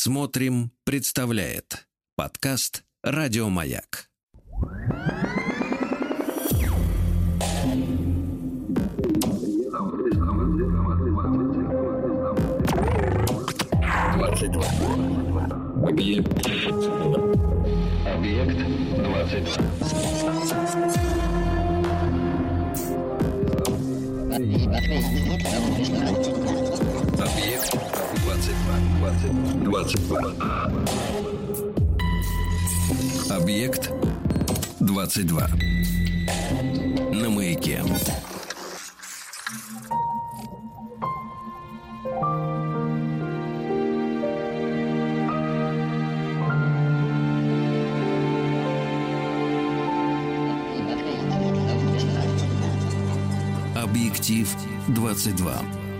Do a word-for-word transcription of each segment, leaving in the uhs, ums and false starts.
Смотрим, представляет подкаст «Радиомаяк». двадцать два. Объект. Объект двадцать два. Объект двадцать два. двадцать два. Объект двадцать два. На маяке. Объектив двадцать два.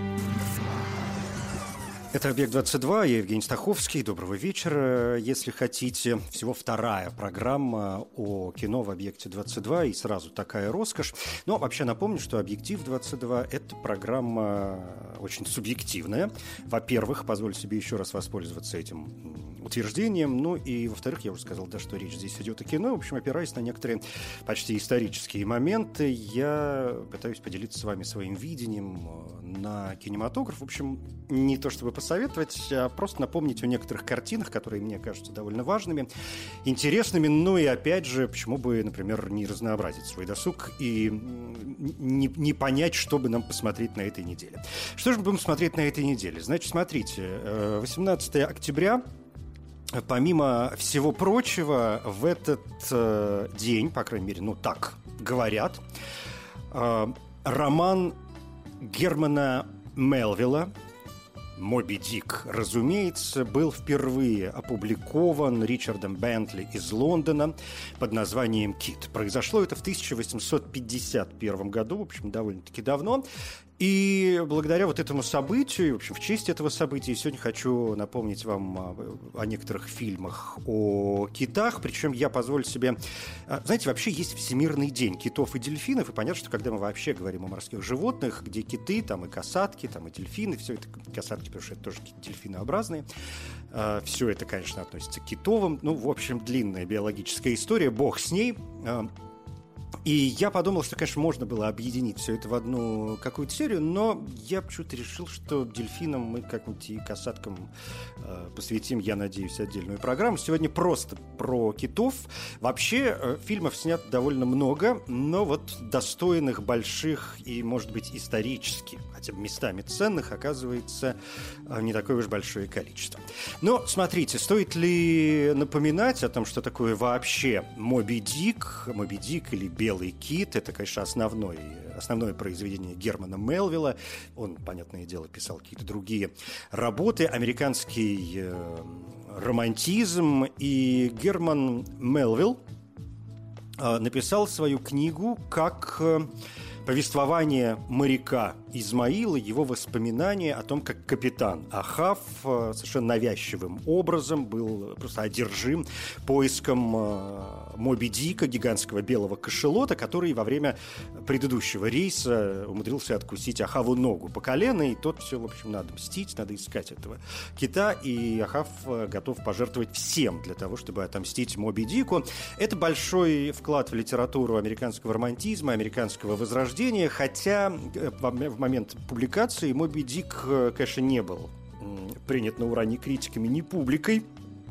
Это «Объект-двадцать два», я Евгений Стаховский. Доброго вечера. Если хотите, всего вторая программа о кино в «Объекте-двадцать два», и сразу такая роскошь. Но вообще напомню, что «Объектив-двадцать два» – это программа очень субъективная. Во-первых, позволю себе еще раз воспользоваться этим утверждением. Ну и, во-вторых, я уже сказал, да, что речь здесь идет о кино. В общем, опираясь на некоторые почти исторические моменты, я пытаюсь поделиться с вами своим видением на кинематограф. В общем, не то чтобы посоветовать, а просто напомнить о некоторых картинах, которые мне кажутся довольно важными, интересными. Ну и опять же, почему бы, например, не разнообразить свой досуг и не, не понять, что бы нам посмотреть на этой неделе. Что же мы будем смотреть на этой неделе? Значит, смотрите, восемнадцатого октября, помимо всего прочего, в этот э, день, по крайней мере, ну так говорят, э, роман Германа Мелвилла «Моби Дик», разумеется, был впервые опубликован Ричардом Бентли из Лондона под названием «Кит». Произошло это в тысяча восемьсот пятьдесят первом году, в общем, довольно-таки давно. И благодаря вот этому событию, в общем, в честь этого события, сегодня хочу напомнить вам о, о некоторых фильмах о китах. Причем я позволю себе... Знаете, вообще есть Всемирный день китов и дельфинов. И понятно, что когда мы вообще говорим о морских животных, где киты, там и касатки, там и дельфины, все это касатки, потому что это тоже дельфинообразные, все это, конечно, относится к китовым. Ну, в общем, длинная биологическая история, бог с ней. И я подумал, что, конечно, можно было объединить все это в одну какую-то серию, но я почему-то решил, что дельфинам мы как-нибудь и касаткам э, посвятим, я надеюсь, отдельную программу. Сегодня просто про китов. Вообще, э, фильмов снято довольно много, но вот достойных, больших и, может быть, исторически, хотя бы местами ценных, оказывается, э, не такое уж большое количество. Но, смотрите, стоит ли напоминать о том, что такое вообще «Моби Дик», «Моби Дик» или «Белый «Белый кит». Это, конечно, основной, основное произведение Германа Мелвилла. Он, понятное дело, писал какие-то другие работы. Американский э, романтизм. И Герман Мелвилл э, написал свою книгу как э, повествование моряка Измаила, его воспоминания о том, как капитан Ахав совершенно навязчивым образом был просто одержим поиском Моби Дика, гигантского белого кашалота, который во время предыдущего рейса умудрился откусить Ахаву ногу по колено, и тот все, в общем, надо мстить, надо искать этого кита, и Ахав готов пожертвовать всем для того, чтобы отомстить Моби Дику. Это большой вклад в литературу американского романтизма, американского возрождения, хотя в момент публикации «Моби Дик», конечно, не был принят на ура ни критиками, ни публикой.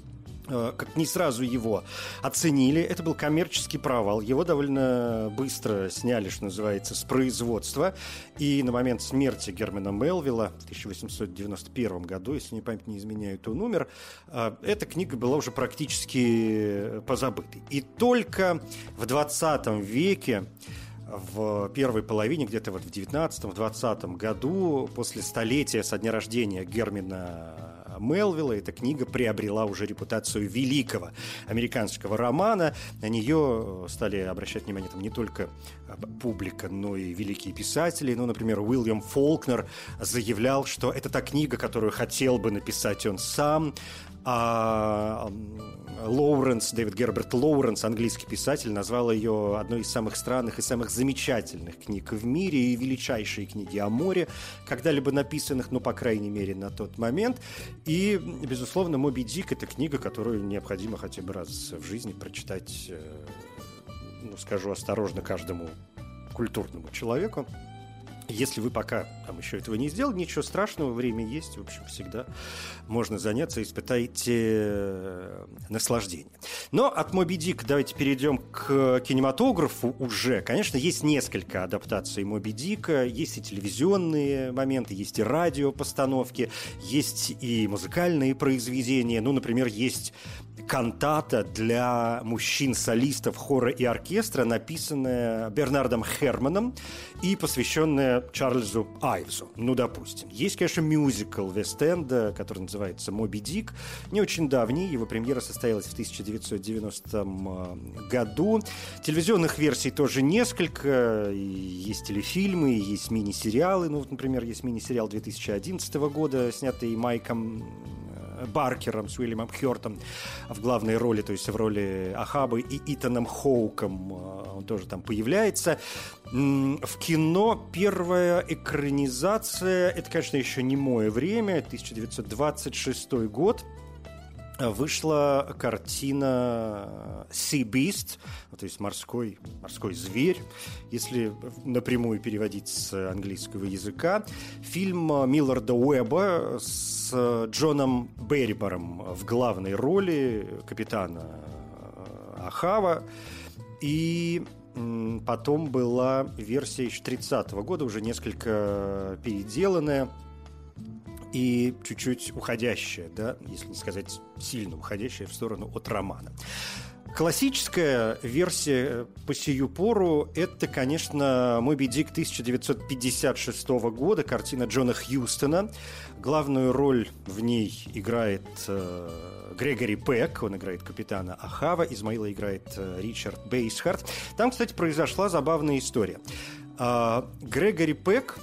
Как не сразу его оценили. Это был коммерческий провал. Его довольно быстро сняли, что называется, с производства. И на момент смерти Германа Мелвилла в тысяча восемьсот девяносто первом году, если мне память не изменяет, он умер, эта книга была уже практически позабытой. И только в двадцатом веке, в первой половине, где-то вот в девятнадцатом-двадцатом году, после столетия со дня рождения Германа Мелвилла, эта книга приобрела уже репутацию великого американского романа. На нее стали обращать внимание там не только публика, но и великие писатели. Ну, например, Уильям Фолкнер заявлял, что это та книга, которую хотел бы написать он сам. А Лоуренс, Дэвид Герберт Лоуренс, английский писатель, назвал ее одной из самых странных и самых замечательных книг в мире и величайшие книги о море, когда-либо написанных, ну, по крайней мере, на тот момент. И И, безусловно, «Моби Дик» — это книга, которую необходимо хотя бы раз в жизни прочитать, ну, скажу осторожно, каждому культурному человеку. Если вы пока там еще этого не сделали, ничего страшного, время есть, в общем, всегда можно заняться, испытайте наслаждение. Но от «Моби Дик» давайте перейдем к кинематографу уже. Конечно, есть несколько адаптаций «Моби Дика», есть и телевизионные моменты, есть и радиопостановки, есть и музыкальные произведения. Ну, например, есть кантата для мужчин-солистов хора и оркестра, написанная Бернардом Херманом и посвященная Чарльзу Айвзу. Ну, допустим. Есть, конечно, мюзикл Вест-Энда, который называется «Моби Дик». Не очень давний. Его премьера состоялась в тысяча девятьсот девяностом году. Телевизионных версий тоже несколько. Есть телефильмы, есть мини-сериалы. Ну, вот, например, есть мини-сериал две тысячи одиннадцатого года, снятый Майком Баркером с Уильямом Хёртом в главной роли, то есть в роли Ахабы, и Итаном Хоуком он тоже там появляется. В кино первая экранизация, это, конечно, еще не мое время, тысяча девятьсот двадцать шестой год. Вышла картина «Sea Beast», то есть морской, морской зверь, если напрямую переводить с английского языка. Фильм Милларда Уэбба с Джоном Беррибором в главной роли капитана Ахава. И потом была версия еще тридцатого года, уже несколько переделанная и чуть-чуть уходящая, да, если не сказать сильно уходящая в сторону от романа. Классическая версия по сию пору – это, конечно, «Моби Дик» тысяча девятьсот пятьдесят шестого года, картина Джона Хьюстона. Главную роль в ней играет э, Грегори Пек, он играет капитана Ахава, Измаила играет э, Ричард Бейсхарт. Там, кстати, произошла забавная история. Э, Грегори Пек,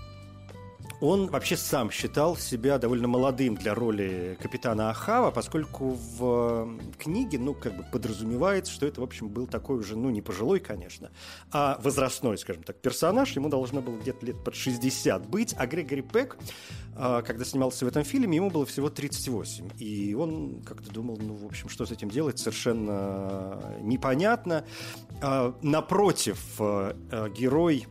он вообще сам считал себя довольно молодым для роли капитана Ахава, поскольку в книге, ну, как бы подразумевается, что это, в общем, был такой уже, ну, не пожилой, конечно, а возрастной, скажем так, персонаж. Ему должно было где-то лет под шестьдесят быть, а Грегори Пек, когда снимался в этом фильме, ему было всего тридцать восемь. И он как-то думал, ну, в общем, что с этим делать, совершенно непонятно. Напротив, герой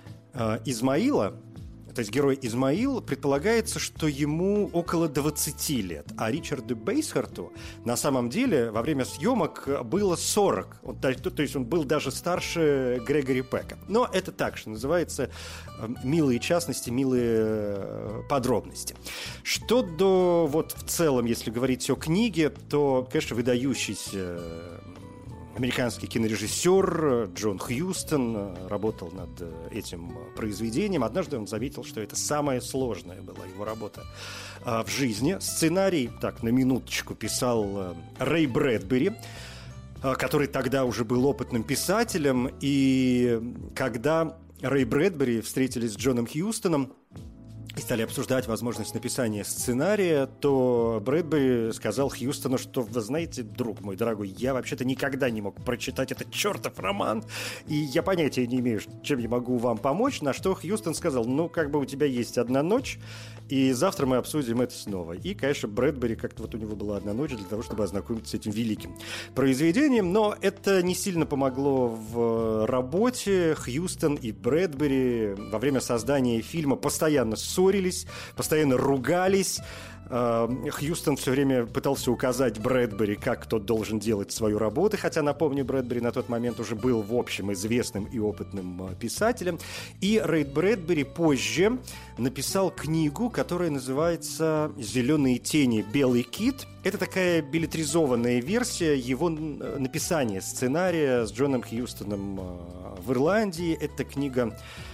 Измаила, то есть герой Измаил, предполагается, что ему около двадцати лет, а Ричарду Бейсхарту на самом деле во время съемок было сорок. Он, то, то есть он был даже старше Грегори Пека. Но это так, что называется, милые частности, милые подробности. Что до, вот в целом, если говорить о книге, то, конечно, выдающийся американский кинорежиссер Джон Хьюстон работал над этим произведением. Однажды он заметил, что это самая сложная была его работа в жизни. Сценарий, так, на минуточку, писал Рэй Брэдбери, который тогда уже был опытным писателем. И когда Рэй Брэдбери встретились с Джоном Хьюстоном и стали обсуждать возможность написания сценария, то Брэдбери сказал Хьюстону, что, вы знаете, друг мой дорогой, я вообще-то никогда не мог прочитать этот чертов роман, и я понятия не имею, чем я могу вам помочь, на что Хьюстон сказал, ну, как бы у тебя есть одна ночь, и завтра мы обсудим это снова. И, конечно, Брэдбери, как-то вот у него была одна ночь для того, чтобы ознакомиться с этим великим произведением, но это не сильно помогло в работе. Хьюстон и Брэдбери во время создания фильма постоянно ссорились, постоянно ругались. Хьюстон все время пытался указать Брэдбери, как тот должен делать свою работу, хотя, напомню, Брэдбери на тот момент уже был, в общем, известным и опытным писателем. И Рэй Брэдбери позже написал книгу, которая называется «Зеленые тени. Белый кит». Это такая билетризованная версия его написания сценария с Джоном Хьюстоном в Ирландии. Эта книга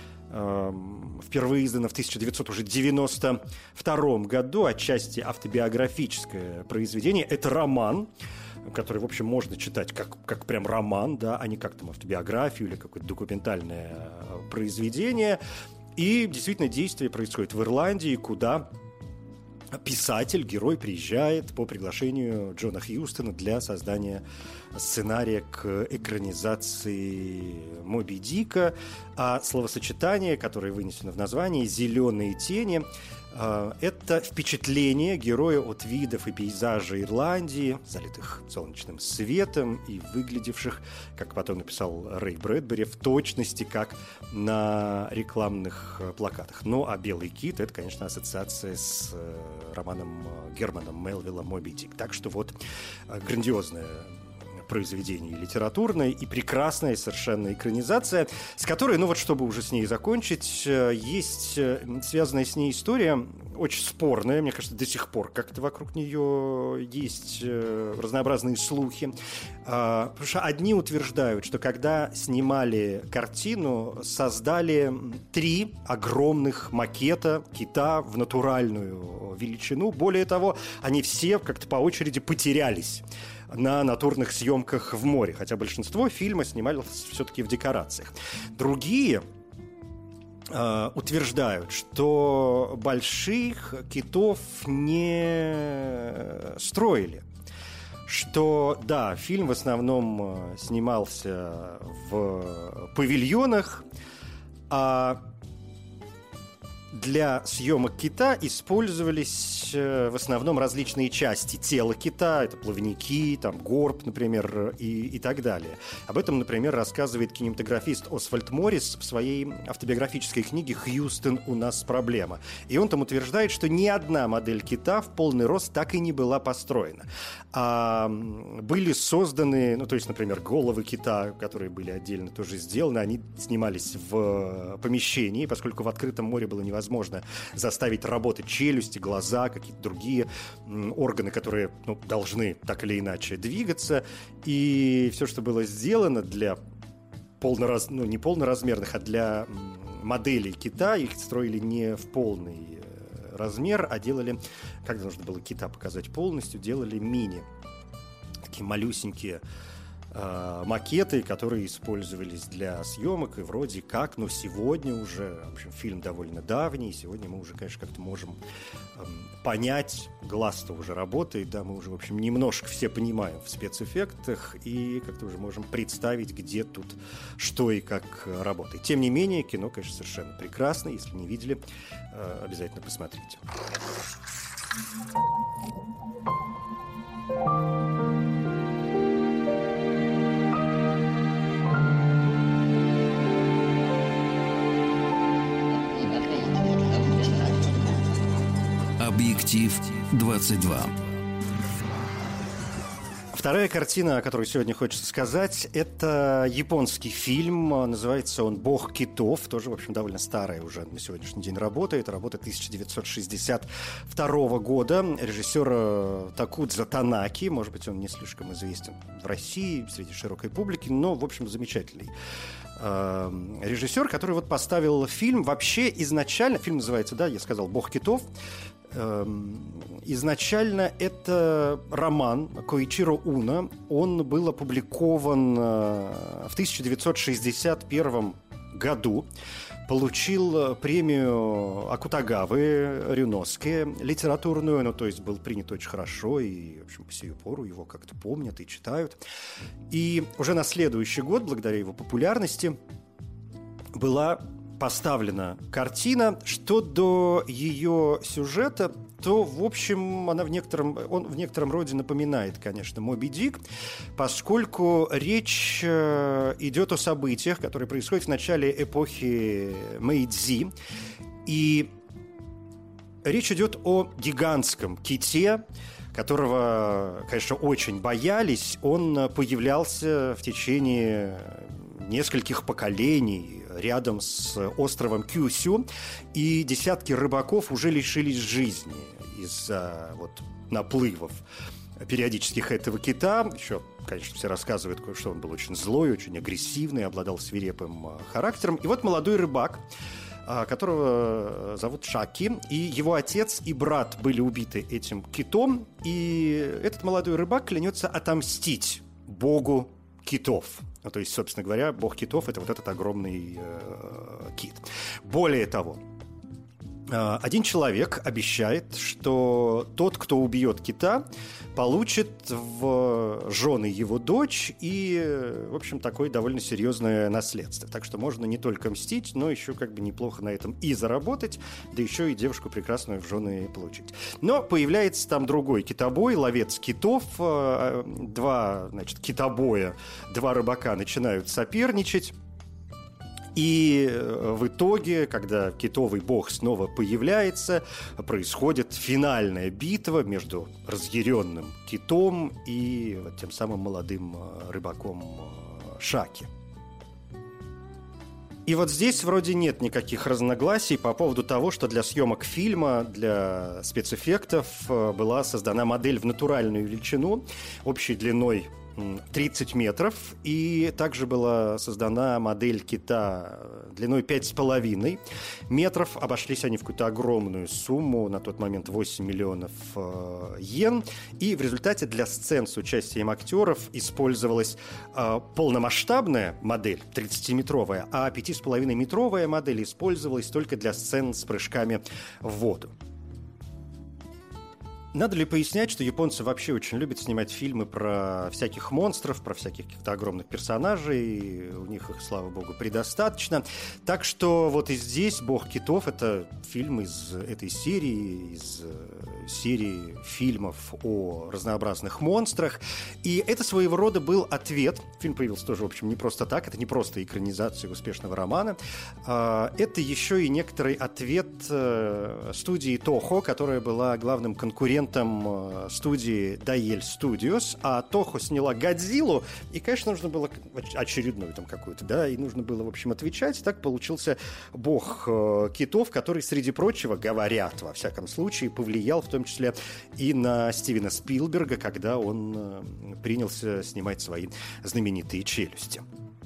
впервые издана в тысяча девятьсот девяносто втором году, отчасти автобиографическое произведение. Это роман, который, в общем, можно читать как, как прям роман, да, а не как там автобиографию или какое-то документальное произведение. И действительно действие происходит в Ирландии, куда писатель, герой приезжает по приглашению Джона Хьюстона для создания сценария к экранизации «Моби Дика», а словосочетание, которое вынесено в названии «зеленые тени», Это впечатление героя от видов и пейзажей Ирландии, залитых солнечным светом и выглядевших, как потом написал Рэй Брэдбери, в точности как на рекламных плакатах. Ну, а «Белый кит» — это, конечно, ассоциация с романом Германа Мелвилла «Моби Дик». Так что вот грандиозная произведение литературное и прекрасная совершенно экранизация, с которой, ну вот чтобы уже с ней закончить, есть связанная с ней история, очень спорная, мне кажется, до сих пор как-то вокруг нее есть разнообразные слухи, потому что одни утверждают, что когда снимали картину, создали три огромных макета кита в натуральную величину, более того, они все как-то по очереди потерялись на натурных съемках в море, хотя большинство фильма снималось все-таки в декорациях. Другие э, утверждают, что больших китов не строили, что, да, фильм в основном снимался в павильонах, а для съемок кита использовались в основном различные части тела кита, это плавники, там, горб, например, и, и так далее. Об этом, например, рассказывает кинематографист Освальд Моррис в своей автобиографической книге «Хьюстон, у нас проблема». И он там утверждает, что ни одна модель кита в полный рост так и не была построена. А были созданы, ну, то есть, например, головы кита, которые были отдельно тоже сделаны, они снимались в помещении, поскольку в открытом море было невозможно Возможно заставить работать челюсти, глаза, какие-то другие органы, которые, ну, должны так или иначе двигаться. И все, что было сделано для полнораз... ну, не полноразмерных, а для моделей кита, их строили не в полный размер, а делали, как нужно было кита показать полностью, делали мини. Такие малюсенькие макеты, которые использовались для съемок, и вроде как, но сегодня уже, в общем, фильм довольно давний, сегодня мы уже, конечно, как-то можем эм, понять, глаз-то уже работает, да, мы уже, в общем, немножко все понимаем в спецэффектах и как-то уже можем представить, где тут что и как работает. Тем не менее, кино, конечно, совершенно прекрасно, если не видели, э, обязательно посмотрите. Объектив двадцать два. Вторая картина, о которой сегодня хочется сказать, это японский фильм. Называется он «Бог китов». Тоже, в общем, довольно старая уже на сегодняшний день работа. Это работа тысяча девятьсот шестьдесят второго года. Режиссер Такудзо Танаки. Может быть, он не слишком известен в России среди широкой публики, но, в общем, замечательный режиссер, который вот поставил фильм. Вообще изначально, фильм называется, да, я сказал, «Бог китов». Изначально это роман Коичиро Уно. Он был опубликован в тысяча девятьсот шестьдесят первом году. Получил премию Акутагавы Рюноске литературную, ну, то есть был принят очень хорошо, и, в общем, по сию пору его как-то помнят и читают. И уже на следующий год, благодаря его популярности, была поставлена картина. Что до ее сюжета, то, в общем, она в некотором, он в некотором роде напоминает, конечно, «Моби Дик», поскольку речь идет о событиях, которые происходят в начале эпохи Мэйдзи. И речь идет о гигантском ките, которого, конечно, очень боялись. Он появлялся в течение нескольких поколений рядом с островом Кюсю, и десятки рыбаков уже лишились жизни из-за вот наплывов периодических этого кита. Еще, конечно, все рассказывают, что он был очень злой, очень агрессивный, обладал свирепым характером. И вот молодой рыбак, которого зовут Шаки, и его отец и брат были убиты этим китом, и этот молодой рыбак клянется отомстить богу китов. Ну, то есть, собственно говоря, бог китов – это вот этот огромный э, кит. Более того, Один человек обещает, что тот, кто убьет кита, получит в жены его дочь и, в общем, такое довольно серьезное наследство. Так что можно не только мстить, но еще как бы неплохо на этом и заработать, да еще и девушку прекрасную в жены получить. Но появляется там другой китобой, ловец китов. Два, значит, китобоя, два рыбака начинают соперничать. И в итоге, когда китовый бог снова появляется, происходит финальная битва между разъяренным китом и вот тем самым молодым рыбаком Шаки. И вот здесь вроде нет никаких разногласий по поводу того, что для съемок фильма, для спецэффектов была создана модель в натуральную величину общей длиной тридцать метров, и также была создана модель кита длиной пять с половиной метров. Обошлись они в какую-то огромную сумму, на тот момент восемь миллионов э, йен. И в результате для сцен с участием актеров использовалась э, полномасштабная модель, тридцатиметровая, а пять с половиной метровая модель использовалась только для сцен с прыжками в воду. Надо ли пояснять, что японцы вообще очень любят снимать фильмы про всяких монстров, про всяких каких-то огромных персонажей, у них их, слава богу, предостаточно. Так что вот и здесь «Бог китов» — это фильм из этой серии, из серии фильмов о разнообразных монстрах. И это своего рода был ответ. Фильм появился тоже, в общем, не просто так, это не просто экранизация успешного романа. Это еще и некоторый ответ студии Toho, которая была главным конкурентом студии Daiel Studios, а Toho сняла «Годзиллу», и, конечно, нужно было очередную там какую-то, да, и нужно было, в общем, отвечать. Так получился «Бог китов», который, среди прочего, говорят, во всяком случае, повлиял в том числе и на Стивена Спилберга, когда он принялся снимать свои знаменитые «Челюсти».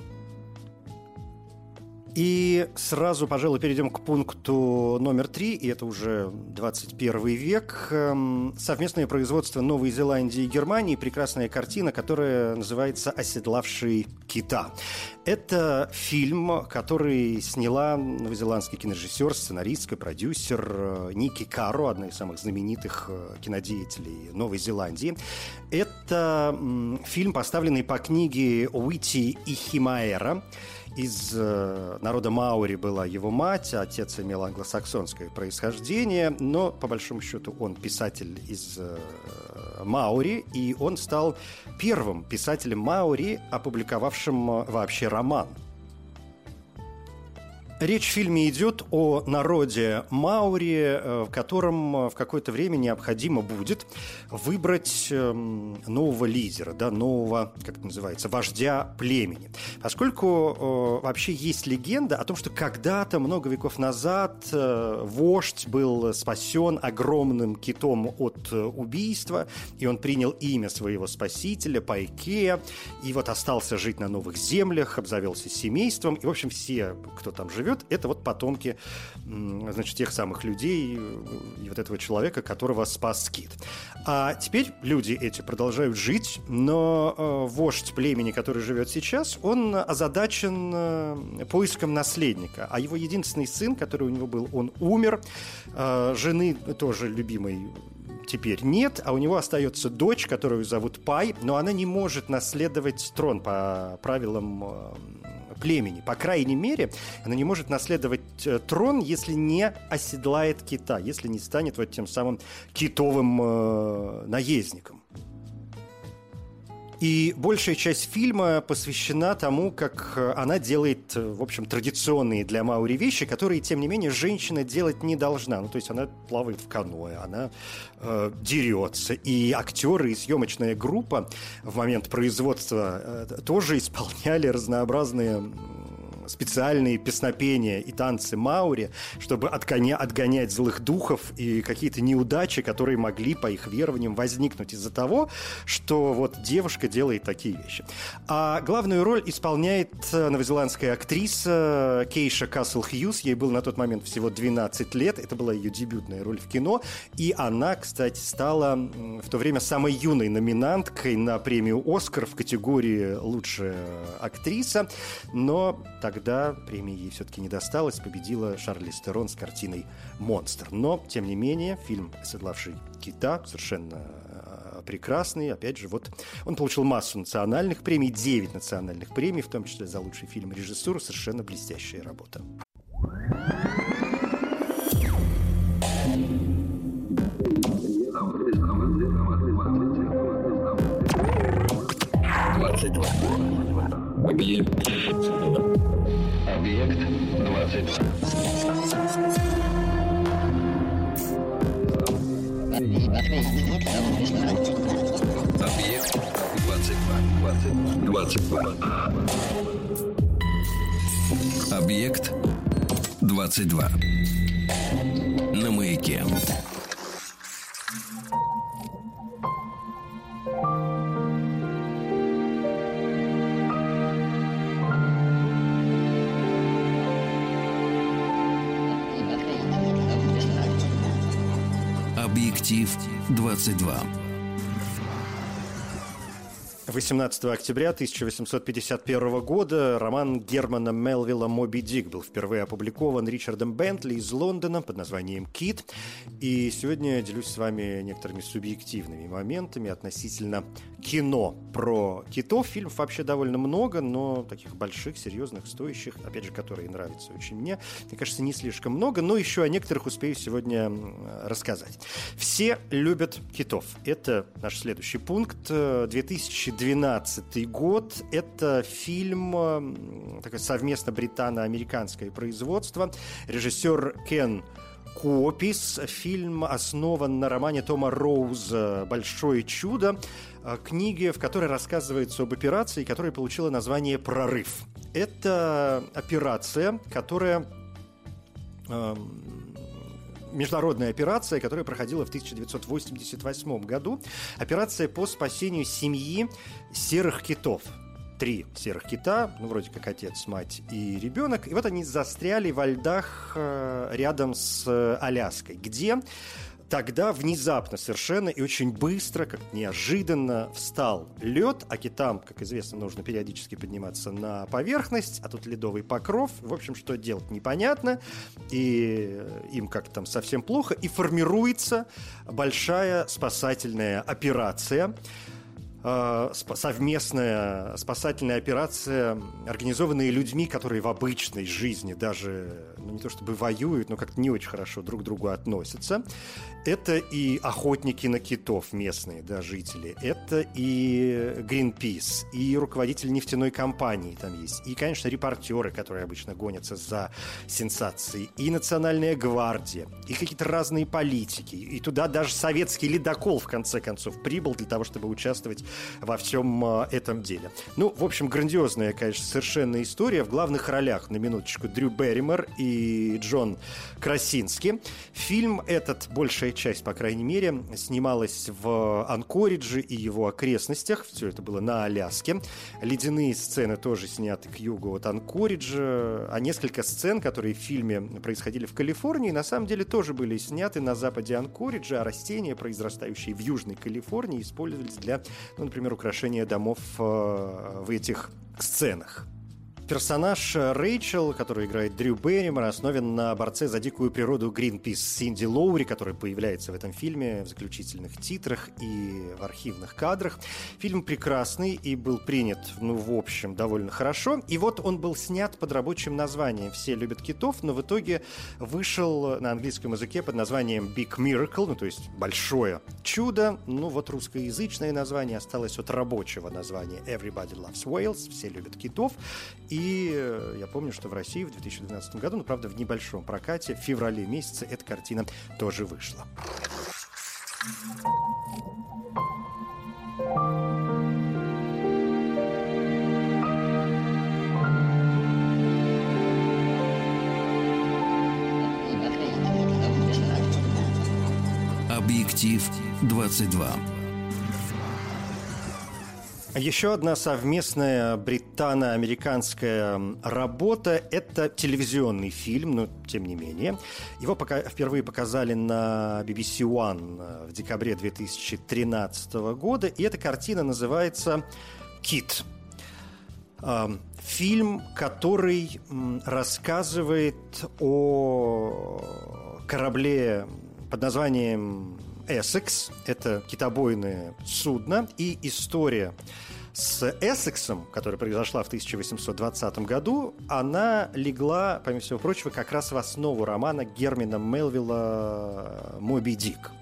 И сразу, пожалуй, перейдем к пункту номер три, и это уже двадцать первый век. Совместное производство Новой Зеландии и Германии. Прекрасная картина, которая называется «Оседлавший кита». Это фильм, который сняла новозеландский кинорежиссер, сценаристка, продюсер Ники Каро, одна из самых знаменитых кинодеятелей Новой Зеландии. Это фильм, поставленный по книге Уити Ихимаэра. Из э, народа маори была его мать, отец имел англосаксонское происхождение, но, по большому счету, он писатель из э, маори, и он стал первым писателем маори, опубликовавшим э, вообще роман. Речь в фильме идет о народе маори, в котором в какое-то время необходимо будет выбрать нового лидера, да, нового, как это называется, вождя племени. Поскольку вообще есть легенда о том, что когда-то, много веков назад, вождь был спасен огромным китом от убийства, и он принял имя своего спасителя Пайкея, и вот остался жить на новых землях, обзавелся семейством, и, в общем, все, кто там живет, это вот потомки, значит, тех самых людей и вот этого человека, которого спас кит. А теперь люди эти продолжают жить, но э, вождь племени, который живет сейчас, он озадачен э, поиском наследника. А его единственный сын, который у него был, он умер. Э, жены тоже любимой теперь нет, а у него остается дочь, которую зовут Пай, но она не может наследовать трон по правилам э, племени. По крайней мере, она не может наследовать трон, если не оседлает кита, если не станет вот тем самым китовым э, наездником. И большая часть фильма посвящена тому, как она делает, в общем, традиционные для маори вещи, которые, тем не менее, женщина делать не должна. Ну, то есть она плавает в каноэ, она э, дерется. И актеры и съемочная группа в момент производства э, тоже исполняли разнообразные специальные песнопения и танцы маори, чтобы отгоня- отгонять злых духов и какие-то неудачи, которые могли, по их верованиям, возникнуть из-за того, что вот девушка делает такие вещи. А главную роль исполняет новозеландская актриса Кейша Касл Хьюз. Ей было на тот момент всего двенадцать лет. Это была ее дебютная роль в кино. И она, кстати, стала в то время самой юной номинанткой на премию «Оскар» в категории «Лучшая актриса». Но тогда тогда премия ей все-таки не досталась, победила Шарлиз Терон с картиной «Монстр». Но, тем не менее, фильм «Оседлавший кита» совершенно прекрасный. Опять же, вот он получил массу национальных премий, девять национальных премий, в том числе за лучший фильм и режиссуру. Совершенно блестящая работа. двадцать два. Объект. Объект двадцать два. Объект двадцать два. двадцать два. Объект двадцать два. На маяке. Объектив двадцать два. восемнадцатого октября тысяча восемьсот пятьдесят первого года роман Германа Мелвилла «Моби Дик» был впервые опубликован Ричардом Бентли из Лондона под названием «Кит». И сегодня я делюсь с вами некоторыми субъективными моментами относительно кино про китов. Фильмов вообще довольно много, но таких больших, серьезных, стоящих, опять же, которые нравятся очень мне, мне кажется, не слишком много, но еще о некоторых успею сегодня рассказать. Все любят китов. Это наш следующий пункт. две тысячи двенадцатый год. Это фильм, такое совместно британо-американское производство. Режиссер Кен Куопис. Фильм основан на романе Тома Роуза «Большое чудо», книге, в которой рассказывается об операции, которая получила название «Прорыв». Это операция, которая... международная операция, которая проходила в тысяча девятьсот восемьдесят восьмом году. Операция по спасению семьи серых китов. Три серых кита, ну, вроде как отец, мать и ребенок. И вот они застряли во льдах рядом с Аляской, где тогда внезапно совершенно и очень быстро, как неожиданно, встал лед, а китам, как известно, нужно периодически подниматься на поверхность, а тут ледовый покров. В общем, что делать непонятно, и им как-то там совсем плохо, и формируется большая спасательная операция, совместная спасательная операция, организованная людьми, которые в обычной жизни даже, ну, не то чтобы воюют, но как-то не очень хорошо друг к другу относятся. Это и охотники на китов местные, да, жители. Это и Greenpeace, и руководитель нефтяной компании там есть. И, конечно, репортеры, которые обычно гонятся за сенсацией. И Национальная гвардия, и какие-то разные политики. И туда даже советский ледокол, в конце концов, прибыл для того, чтобы участвовать во всем этом деле. Ну, в общем, грандиозная, конечно, совершенно история. В главных ролях, на минуточку, Дрю Берримор и Джон Красински. Фильм этот, большая часть, по крайней мере, снималась в Анкоридже и его окрестностях. Все это было на Аляске. Ледяные сцены тоже сняты к югу от Анкориджа. А несколько сцен, которые в фильме происходили в Калифорнии, на самом деле тоже были сняты на западе Анкориджа, а растения, произрастающие в Южной Калифорнии, использовались для, ну, например, украшения домов в этих сценах. Персонаж Рэйчел, который играет Дрю Берримор, основан на борце за дикую природу Greenpeace Синди Лоури, которая появляется в этом фильме в заключительных титрах и в архивных кадрах. Фильм прекрасный и был принят, ну, в общем, довольно хорошо. И вот он был снят под рабочим названием «Все любят китов», но в итоге вышел на английском языке под названием Big Miracle, ну, то есть «Большое чудо». Ну, вот русскоязычное название осталось от рабочего названия Everybody Loves Whales, «Все любят китов». И я помню, что в России в две тысячи двенадцатом году, ну, правда, в небольшом прокате, в феврале месяце эта картина тоже вышла. Объектив двадцать два. Еще одна совместная британо-американская работа – это телевизионный фильм, но тем не менее. Его пока впервые показали на би би си One в декабре две тысячи тринадцатого года, и эта картина называется «Кит». Фильм, который рассказывает о корабле под названием «Эссекс». Это китобойное судно, и история с «Эссексом», которая произошла в тысяча восемьсот двадцатом году, она легла, помимо всего прочего, как раз в основу романа Германа Мелвилла «Моби Дик».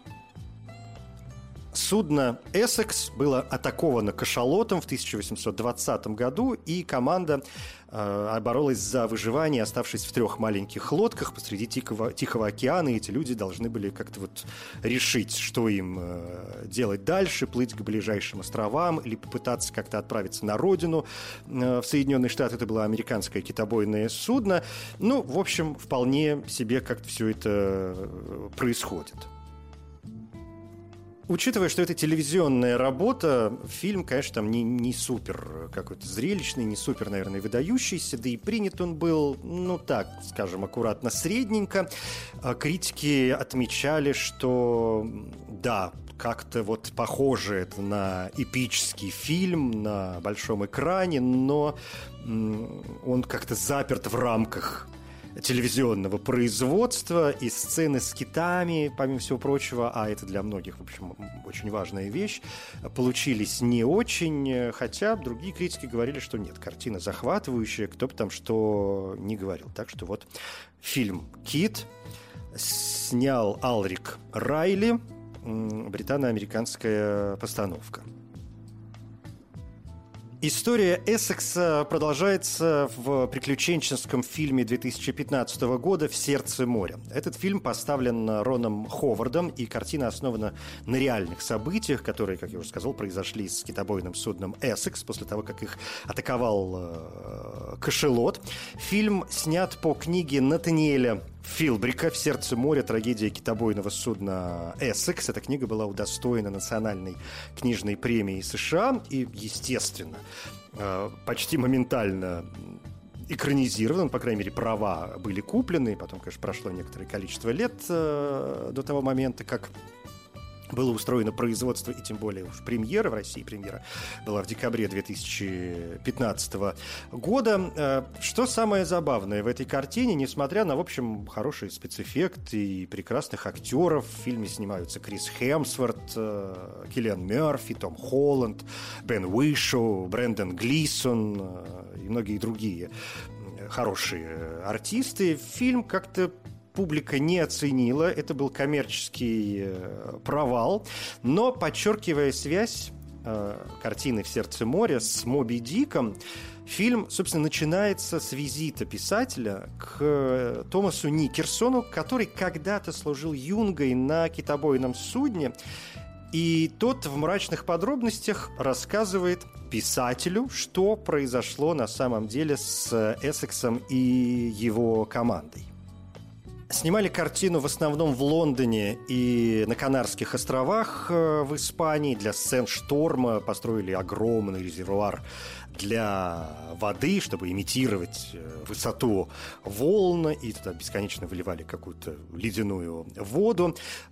Судно «Эссекс» было атаковано кашалотом в тысяча восемьсот двадцатом году, и команда э, боролась за выживание, оставшись в трех маленьких лодках посреди Тихого, Тихого океана, и эти люди должны были как-то вот решить, что им э, делать дальше, плыть к ближайшим островам или попытаться как-то отправиться на родину. Э, в Соединенные Штаты это было американское китобойное судно. Ну, в общем, вполне себе как-то все это происходит. Учитывая, что это телевизионная работа, фильм, конечно, там не, не супер какой-то зрелищный, не супер, наверное, выдающийся, да и принят он был, ну так, скажем, аккуратно, средненько. Критики отмечали, что да, как-то вот похоже это на эпический фильм на большом экране, но он как-то заперт в рамках телевизионного производства, и сцены с китами, помимо всего прочего, а это для многих, в общем, очень важная вещь, получились не очень, хотя другие критики говорили, что нет, картина захватывающая, кто бы там что ни говорил. Так что вот фильм «Кит» снял Алрик Райли, британо-американская постановка. История Эссекса продолжается в приключенческом фильме две тысячи пятнадцатого года «В сердце моря». Этот фильм поставлен Роном Ховардом, и картина основана на реальных событиях, которые, как я уже сказал, произошли с китобойным судном «Эссекс» после того, как их атаковал э, кашалот. Фильм снят по книге Натаниэля Филбрика «В сердце моря. Трагедия китобойного судна «Эссекс». Эта книга была удостоена национальной книжной премии США и, естественно, почти моментально экранизирован, по крайней мере, права были куплены, потом, конечно, прошло некоторое количество лет до того момента, как было устроено производство, и тем более уж премьера в России. Премьера была в декабре две тысячи пятнадцатого года. Что самое забавное в этой картине, несмотря на, в общем, хороший спецэффект и прекрасных актеров, в фильме снимаются Крис Хемсворт, Киллиан Мерфи, Том Холланд, Бен Уишоу, Брэндон Глисон и многие другие хорошие артисты. Фильм как-то публика не оценила, это был коммерческий э, провал, но, подчеркивая связь э, картины «В сердце моря» с «Моби Диком», фильм, собственно, начинается с визита писателя к Томасу Никерсону, который когда-то служил юнгой на китобойном судне, и тот в мрачных подробностях рассказывает писателю, что произошло на самом деле с Эссексом и его командой. Снимали картину в основном в Лондоне и на Канарских островах в Испании. Для сцен шторма построили огромный резервуар для воды, чтобы имитировать высоту волн, и туда бесконечно выливали какую-то ледяную воду.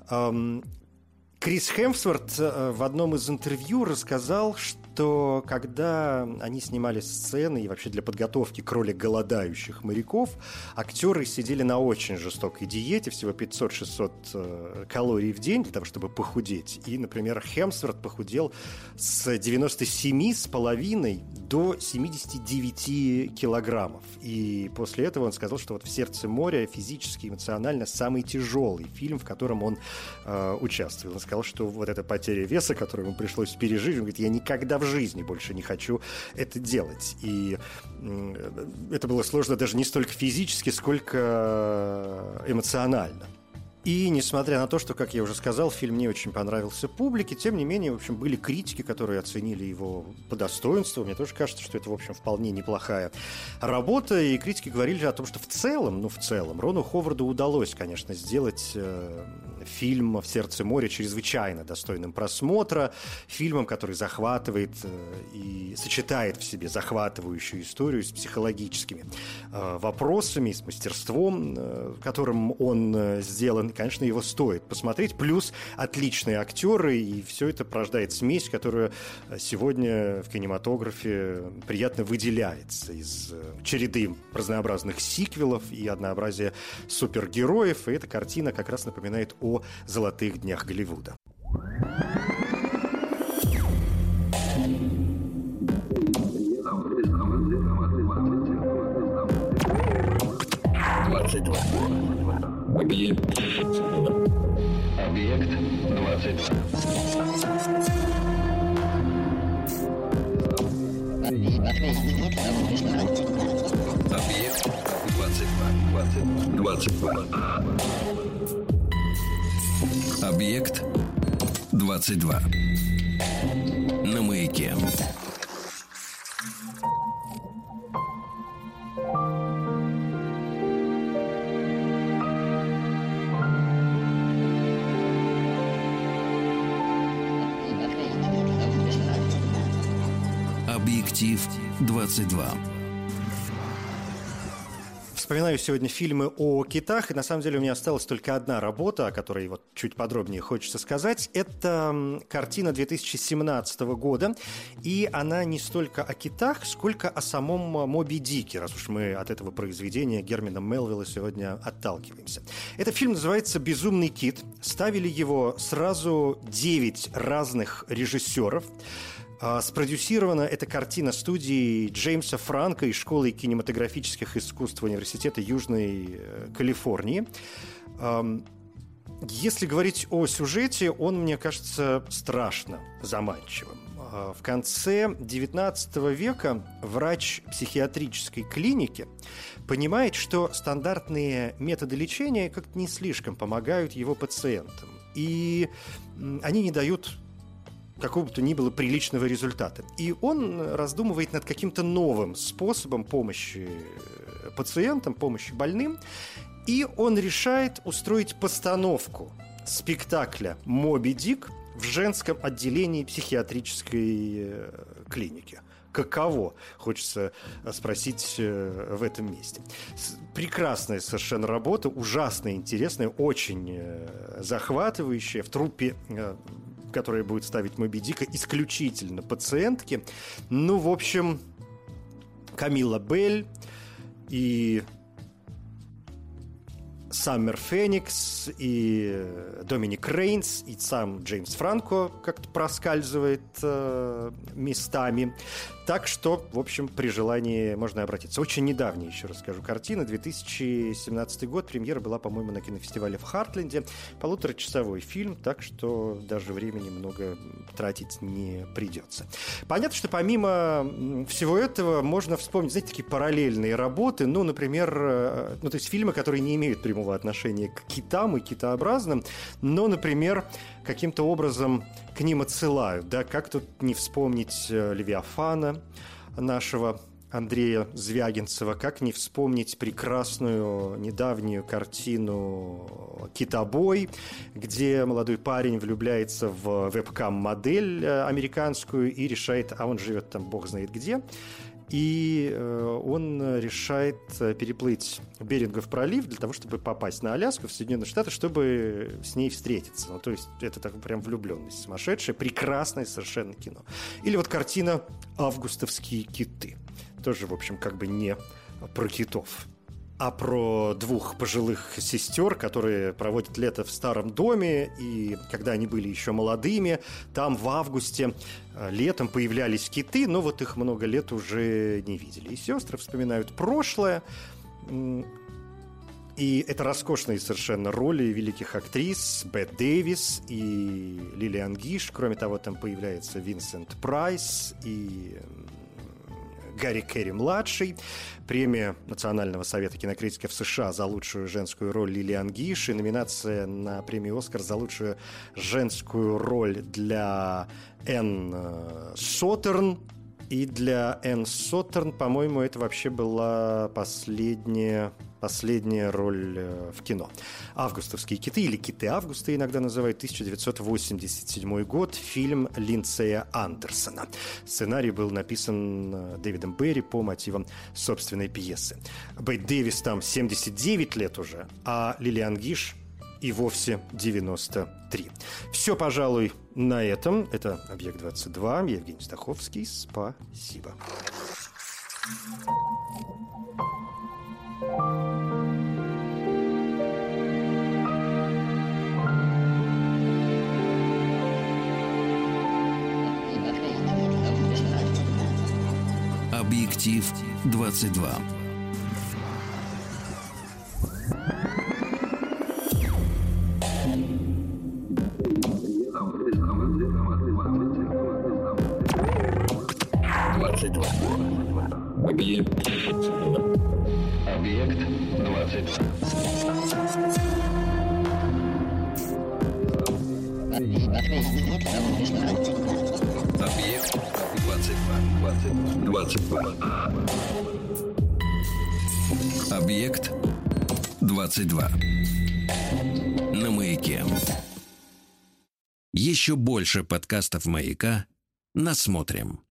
Крис Хемсворт в одном из интервью рассказал, что когда они снимали сцены и вообще для подготовки к роли голодающих моряков, актеры сидели на очень жестокой диете, всего пятьсот-шестьсот калорий в день для того, чтобы похудеть. И, например, Хемсворт похудел с девяноста семи с половиной до семидесяти девяти килограммов. И после этого он сказал, что вот «В сердце моря» физически и эмоционально самый тяжелый фильм, в котором он э, участвовал. Он сказал, что вот эта потеря веса, которую ему пришлось пережить, он говорит, я никогда в жизни больше не хочу это делать. И э, это было сложно даже не столько физически, сколько эмоционально. И несмотря на то, что, как я уже сказал, фильм не очень понравился публике, тем не менее, в общем, были критики, которые оценили его по достоинству. Мне тоже кажется, что это, в общем, вполне неплохая работа. И критики говорили о том, что в целом, ну, в целом, Рону Ховарду удалось, конечно, сделать э, фильм «В сердце моря» чрезвычайно достойным просмотра, фильмом, который захватывает и сочетает в себе захватывающую историю с психологическими вопросами, с мастерством, которым он сделан. И, конечно, его стоит посмотреть. Плюс отличные актеры, и все это порождает смесь, которая сегодня в кинематографе приятно выделяется из череды разнообразных сиквелов и однообразия супергероев. И эта картина как раз напоминает о золотых днях Голливуда. двадцать два. Объект. Объект двадцать два. Объект двадцать два. двадцать два. Объект двадцать два. На маяке. Объектив двадцать два. Вспоминаю сегодня фильмы о китах, и на самом деле у меня осталась только одна работа, о которой вот чуть подробнее хочется сказать. Это картина две тысячи семнадцатого года, и она не столько о китах, сколько о самом Моби Дике, раз уж мы от этого произведения Германа Мелвилла сегодня отталкиваемся. Этот фильм называется «Безумный кит». Ставили его сразу девять разных режиссеров. Спродюсирована эта картина студией Джеймса Франко из Школы кинематографических искусств Университета Южной Калифорнии. Если говорить о сюжете, он, мне кажется, страшно заманчивым. В конце девятнадцатого века врач психиатрической клиники понимает, что стандартные методы лечения как-то не слишком помогают его пациентам. И они не дают какого бы то ни было приличного результата. И он раздумывает над каким-то новым способом помощи пациентам, помощи больным. И он решает устроить постановку спектакля «Моби Дик» в женском отделении психиатрической клиники. Каково, хочется спросить в этом месте. Прекрасная совершенно работа, ужасно интересная, очень захватывающая. В труппе, которая будет ставить Моби Дика, исключительно пациентки. Ну, в общем, Камила Белль и Саммер Феникс, и Доминик Рейнс, и сам Джеймс Франко как-то проскальзывает э, местами. Так что, в общем, при желании можно обратиться. Очень недавняя, еще раз скажу, картина. две тысячи семнадцатый год. Премьера была, по-моему, на кинофестивале в Хартленде. Полуторачасовой фильм, так что даже времени много тратить не придется. Понятно, что помимо всего этого можно вспомнить, знаете, такие параллельные работы. Ну, например, ну, то есть фильмы, которые не имеют прямого отношения к китам и китообразным, но, например, каким-то образом к ним отсылают. Да? Как тут не вспомнить «Левиафана» нашего Андрея Звягинцева, как не вспомнить прекрасную недавнюю картину «Китобой», где молодой парень влюбляется в вебкам-модель американскую и решает, а он живет там бог знает где, и он решает переплыть Берингов пролив для того, чтобы попасть на Аляску, в Соединенные Штаты, чтобы с ней встретиться. Ну, то есть это так прям влюбленность сумасшедшая, прекрасное совершенно кино. Или вот картина «Августовские киты». Тоже, в общем, как бы не про китов, а про двух пожилых сестер, которые проводят лето в старом доме, и когда они были еще молодыми, там в августе летом появлялись киты, но вот их много лет уже не видели. И сестры вспоминают прошлое, и это роскошные совершенно роли великих актрис Бет Дэвис и Лилиан Гиш. Кроме того, там появляется Винсент Прайс и Гарри Керри-младший. Премия Национального совета кинокритиков США за лучшую женскую роль Лилиан Гиш и номинация на премию «Оскар» за лучшую женскую роль для Энн Сотерн. И для Энн Соттерн, по-моему, это вообще была последняя, последняя роль в кино. «Августовские киты» или «Киты Августа» иногда называют, тысяча девятьсот восемьдесят седьмой год, фильм Линдсея Андерсона. Сценарий был написан Дэвидом Берри по мотивам собственной пьесы. Бетт Дэвис там семьдесят девять лет уже, а Лилиан Гиш и вовсе девяносто три. Все, пожалуй, на этом. Это «Объект двадцать два». Я Евгений Стаховский. Спасибо. Объектив двадцать два. двадцать два. Объект. Объект двадцать два. Объект двадцать два. двадцать два. Объект двадцать два. На Маяке. Еще больше подкастов Маяка насмотрим.